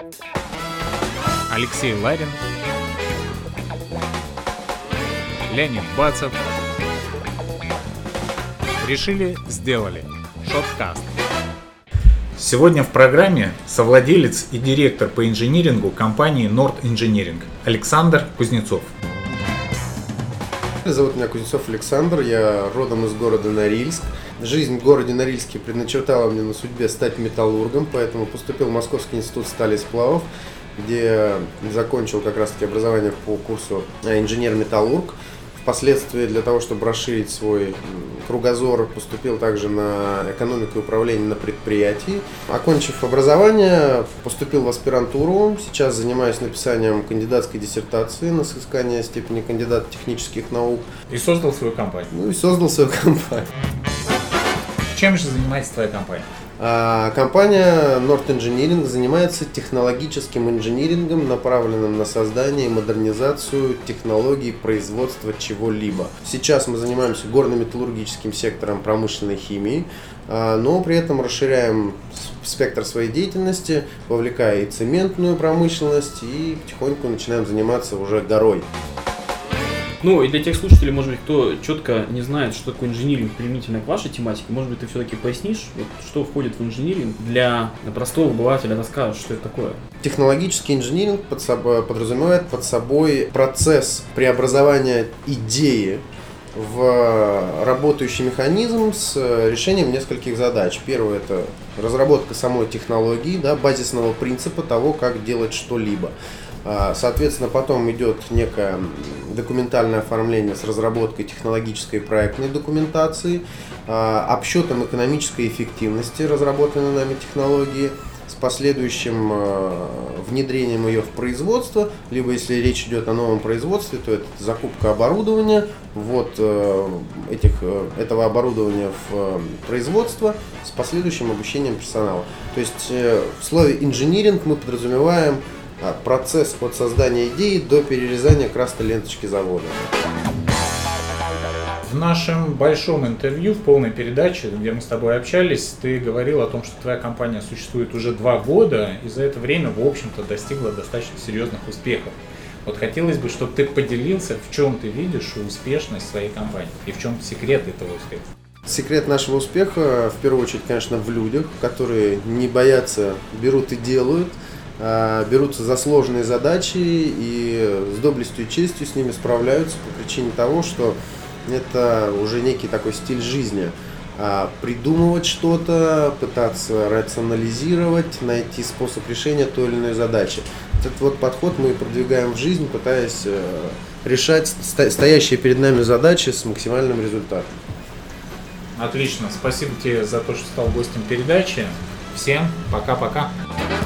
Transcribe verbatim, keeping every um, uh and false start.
Алексей Ларин, Леонид Бацев. Решили, сделали. Шоткаст. Сегодня в программе совладелец и директор по инжинирингу компании Nord Engineering Александр Кузнецов. Зовут меня Кузнецов Александр, я родом из города Норильск. Жизнь в городе Норильске предначертала мне на судьбе стать металлургом, поэтому поступил в Московский институт стали и сплавов, где закончил как раз-таки образование по курсу инженер-металлург. Впоследствии для того, чтобы расширить свой кругозор, поступил также на экономику и управление на предприятии. Окончив образование, поступил в аспирантуру. Сейчас занимаюсь написанием кандидатской диссертации на соискание степени кандидата технических наук. И создал свою компанию. Ну и создал свою компанию. Чем же занимается твоя компания? А компания Nord Engineering занимается технологическим инжинирингом, направленным на создание и модернизацию технологий производства чего-либо. Сейчас мы занимаемся горно-металлургическим сектором промышленной химии, но при этом расширяем спектр своей деятельности, вовлекая и цементную промышленность, и потихоньку начинаем заниматься уже горой. Ну и для тех слушателей, может быть, кто четко не знает, что такое инжиниринг применительно к вашей тематике, может быть, ты все-таки пояснишь, вот, что входит в инжиниринг для простого обывателя, расскажешь, что это такое? Технологический инжиниринг под собой, подразумевает под собой процесс преобразования идеи в работающий механизм с решением нескольких задач. Первое – это разработка самой технологии, да, базисного принципа того, как делать что-либо. Соответственно, потом идет некое документальное оформление с разработкой технологической и проектной документации, обсчетом экономической эффективности разработанной нами технологии, с последующим внедрением ее в производство, либо если речь идет о новом производстве, то это закупка оборудования, вот этих, этого оборудования в производство с последующим обучением персонала. То есть в слове инжиниринг мы подразумеваем процесс от создания идеи до перерезания красной ленточки завода. В нашем большом интервью, в полной передаче, где мы с тобой общались, ты говорил о том, что твоя компания существует уже два года, и за это время, в общем-то, достигла достаточно серьезных успехов. Вот хотелось бы, чтобы ты поделился, в чем ты видишь успешность своей компании и в чем секрет этого успеха. Секрет нашего успеха, в первую очередь, конечно, в людях, которые не боятся, берут и делают, берутся за сложные задачи и с доблестью и честью с ними справляются по причине того, что это уже некий такой стиль жизни. Придумывать что-то, пытаться рационализировать, найти способ решения той или иной задачи. Этот вот подход мы продвигаем в жизнь, пытаясь решать стоящие перед нами задачи с максимальным результатом. Отлично, спасибо тебе за то, что стал гостем передачи. Всем пока-пока.